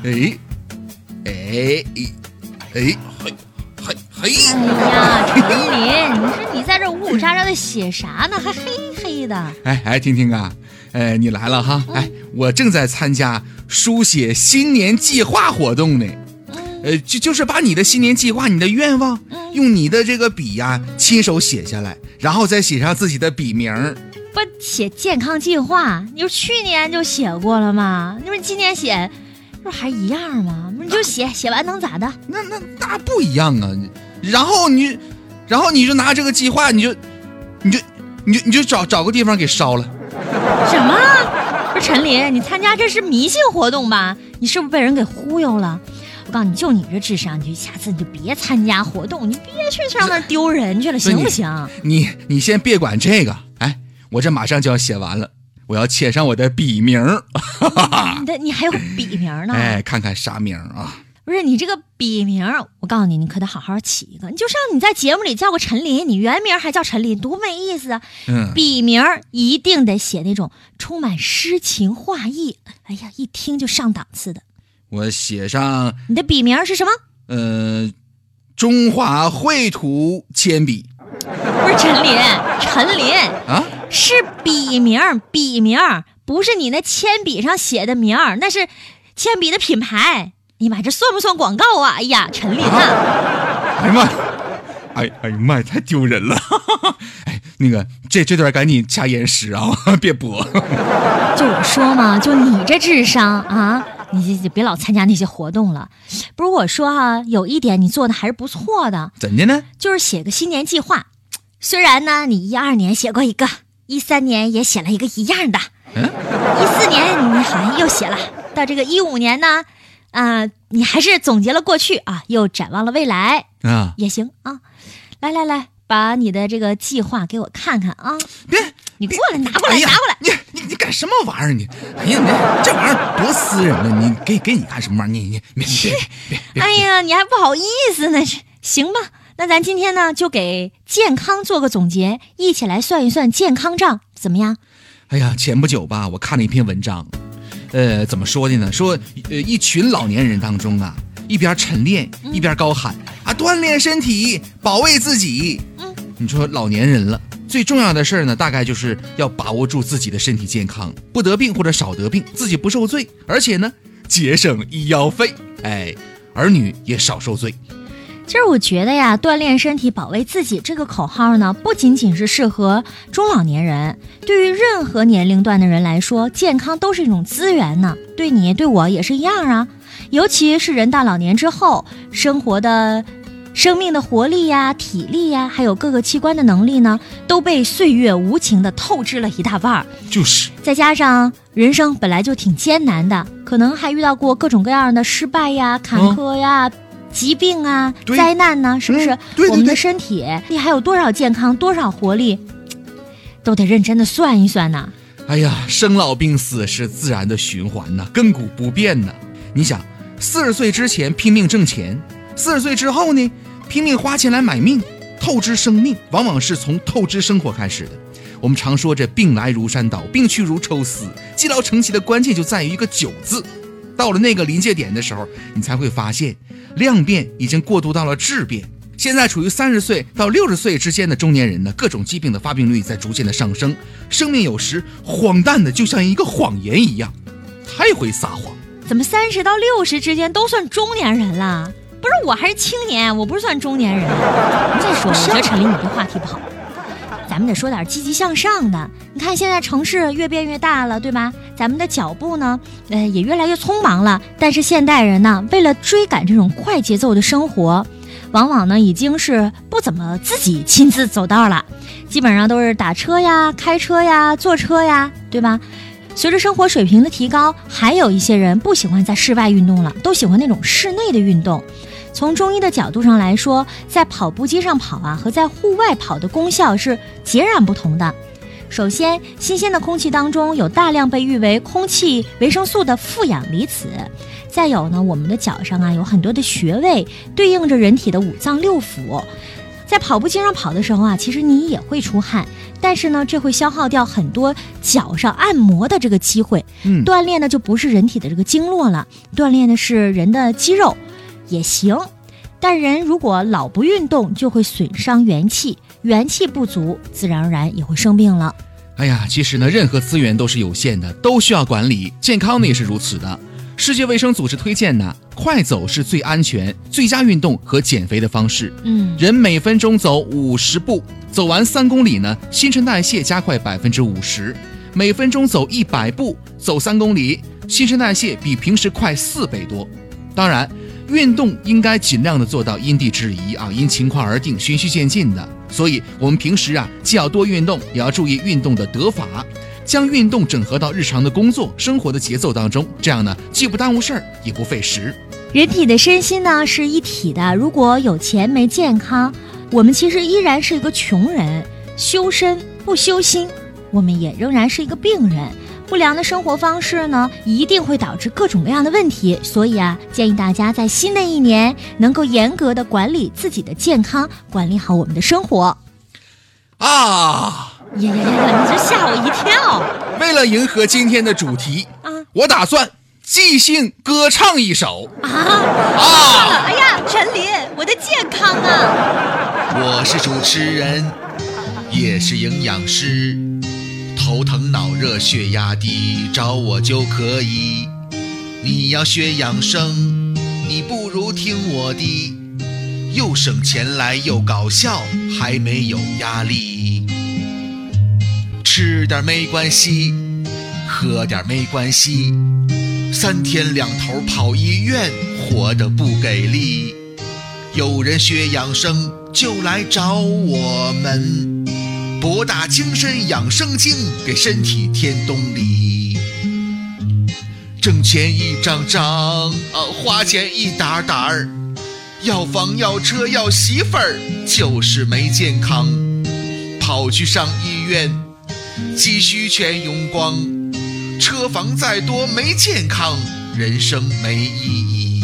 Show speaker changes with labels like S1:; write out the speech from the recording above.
S1: 哎哎哎嘿！
S2: 哎呀，陈林，你说你在这呜呜喳喳的写啥呢？还嘿嘿的。
S1: 哎，婷婷啊，你来了哈！我正在参加书写新年计划活动呢。就是把你的新年计划、你的愿望，用你的这个笔呀，亲手写下来，然后再写上自己的笔名。
S2: 不写健康计划，你不去年就写过了吗？你说今年写，不还一样吗？你就写完能咋的？
S1: 那不一样啊！然后你就拿这个计划，你就找个地方给烧了。
S2: 什么？不是陈林，你参加这是迷信活动吧？你是不是被人给忽悠了？我告诉你，就你这智商，你就下次你就别参加活动，你别去上那儿丢人去了，行不行？
S1: 你先别管这个，我这马上就要写完了，我要签上我的笔名。
S2: 你还有笔名呢？
S1: 看看啥名啊？
S2: 不是你这个笔名，我告诉你，你可得好好起一个。你就像你在节目里叫过陈林，你原名还叫陈林，多没意思啊！笔名一定得写那种充满诗情画意，哎呀，一听就上档次的。
S1: 我写上
S2: 你的笔名是什么？
S1: 中华绘图铅笔。
S2: 不是陈林啊，是笔名，不是你那铅笔上写的名，那是铅笔的品牌。你妈这算不算广告啊？哎呀，陈林啊！
S1: 哎呀妈，太丢人了！那个这段赶紧掐延时啊，别播。
S2: 就我说嘛，就你这智商啊！你别老参加那些活动了。不是我说啊，有一点你做的还是不错的。
S1: 怎的呢？
S2: 就是写个新年计划。虽然呢，你12年写过一个，13年也写了一个一样的，14年你好像又写了，到这个15年呢，你还是总结了过去啊，又展望了未来啊，也行啊。来，把你的这个计划给我看看啊！
S1: 别，
S2: 你过来拿过来。
S1: 你干什么玩意儿？你，哎呀，你这玩意儿多私人呢！你给你看什么玩意儿？别！
S2: 哎呀，你还不好意思呢？行吧，那咱今天呢就给健康做个总结，一起来算一算健康账，怎么样？
S1: 哎呀，前不久吧，我看了一篇文章，怎么说的呢？说一群老年人当中啊，一边晨练一边高喊锻炼身体，保卫自己。你说老年人了，最重要的事呢，大概就是要把握住自己的身体健康，不得病或者少得病，自己不受罪，而且呢，节省医药费，儿女也少受罪。
S2: 其实我觉得呀，锻炼身体保卫自己这个口号呢，不仅仅是适合中老年人，对于任何年龄段的人来说，健康都是一种资源呢，对你对我也是一样啊。尤其是人到老年之后，生命的活力呀、体力呀，还有各个器官的能力呢，都被岁月无情的透支了一大半。
S1: 就是再
S2: 加上人生本来就挺艰难的，可能还遇到过各种各样的失败呀、坎坷呀、疾病啊、灾难呢，是不是？
S1: 对，
S2: 我们的身体你还有多少健康、多少活力，都得认真的算一算呢。
S1: 哎呀，生老病死是自然的循环呢，亘古不变呢。你想，40岁之前拼命挣钱，40岁之后呢，拼命花钱来买命，透支生命，往往是从透支生活开始的。我们常说这病来如山倒，病去如抽丝，积劳成疾的关键就在于一个9字。到了那个临界点的时候，你才会发现量变已经过渡到了质变。现在处于30岁到60岁之间的中年人呢，各种疾病的发病率在逐渐的上升，生命有时荒诞的就像一个谎言一样，太会撒谎。
S2: 怎么30到60之间都算中年人了？不是，我还是青年，我不是算中年人。再说，我觉得陈琳你这话题不好，咱们得说点积极向上的。你看现在城市越变越大了，对吧？咱们的脚步呢，也越来越匆忙了。但是现代人呢，为了追赶这种快节奏的生活，往往呢已经是不怎么自己亲自走道了，基本上都是打车呀、开车呀、坐车呀，对吧？随着生活水平的提高，还有一些人不喜欢在室外运动了，都喜欢那种室内的运动。从中医的角度上来说，在跑步机上跑和在户外跑的功效是截然不同的。首先，新鲜的空气当中有大量被誉为空气维生素的负氧离子。再有呢，我们的脚上有很多的穴位，对应着人体的5脏6腑。 在跑步机上跑的时候啊，其实你也会出汗，但是呢，这会消耗掉很多脚上按摩的这个机会。锻炼呢就不是人体的这个经络了，锻炼的是人的肌肉，也行。但人如果老不运动，就会损伤元气，元气不足，自然而然也会生病了。
S1: 哎呀，其实呢，任何资源都是有限的，都需要管理，健康呢也是如此的。世界卫生组织推荐呢，快走是最安全、最佳运动和减肥的方式。人每分钟走50步，走完3公里呢，新陈代谢加快50%；每分钟走100步，走3公里，新陈代谢比平时快4倍多。当然，运动应该尽量的做到因地制宜啊，因情况而定，循序渐进的。所以，我们平时啊，既要多运动，也要注意运动的得法。将运动整合到日常的工作生活的节奏当中，这样呢，既不耽误事儿，也不费时。
S2: 人体的身心呢是一体的，如果有钱没健康，我们其实依然是一个穷人。修身不修心，我们也仍然是一个病人。不良的生活方式呢，一定会导致各种各样的问题。所以啊，建议大家在新的一年能够严格的管理自己的健康，管理好我们的生活。
S1: 呀，
S2: 你这吓我一跳！
S1: 为了迎合今天的主题我打算即兴歌唱一首
S2: 哎呀，陈琳，我的健康啊！
S1: 我是主持人，也是营养师，头疼脑热血压低，找我就可以。你要学养生，你不如听我的，又省钱来又搞笑，还没有压力。吃点没关系，喝点没关系，3天2头跑医院，活得不给力。有人学养生就来找我们，博大精深养生经，给身体添动力。挣钱一张张花钱一沓沓要房要车要媳妇儿，就是没健康。跑去上医院，积蓄全用光，车房再多没健康，人生没意义。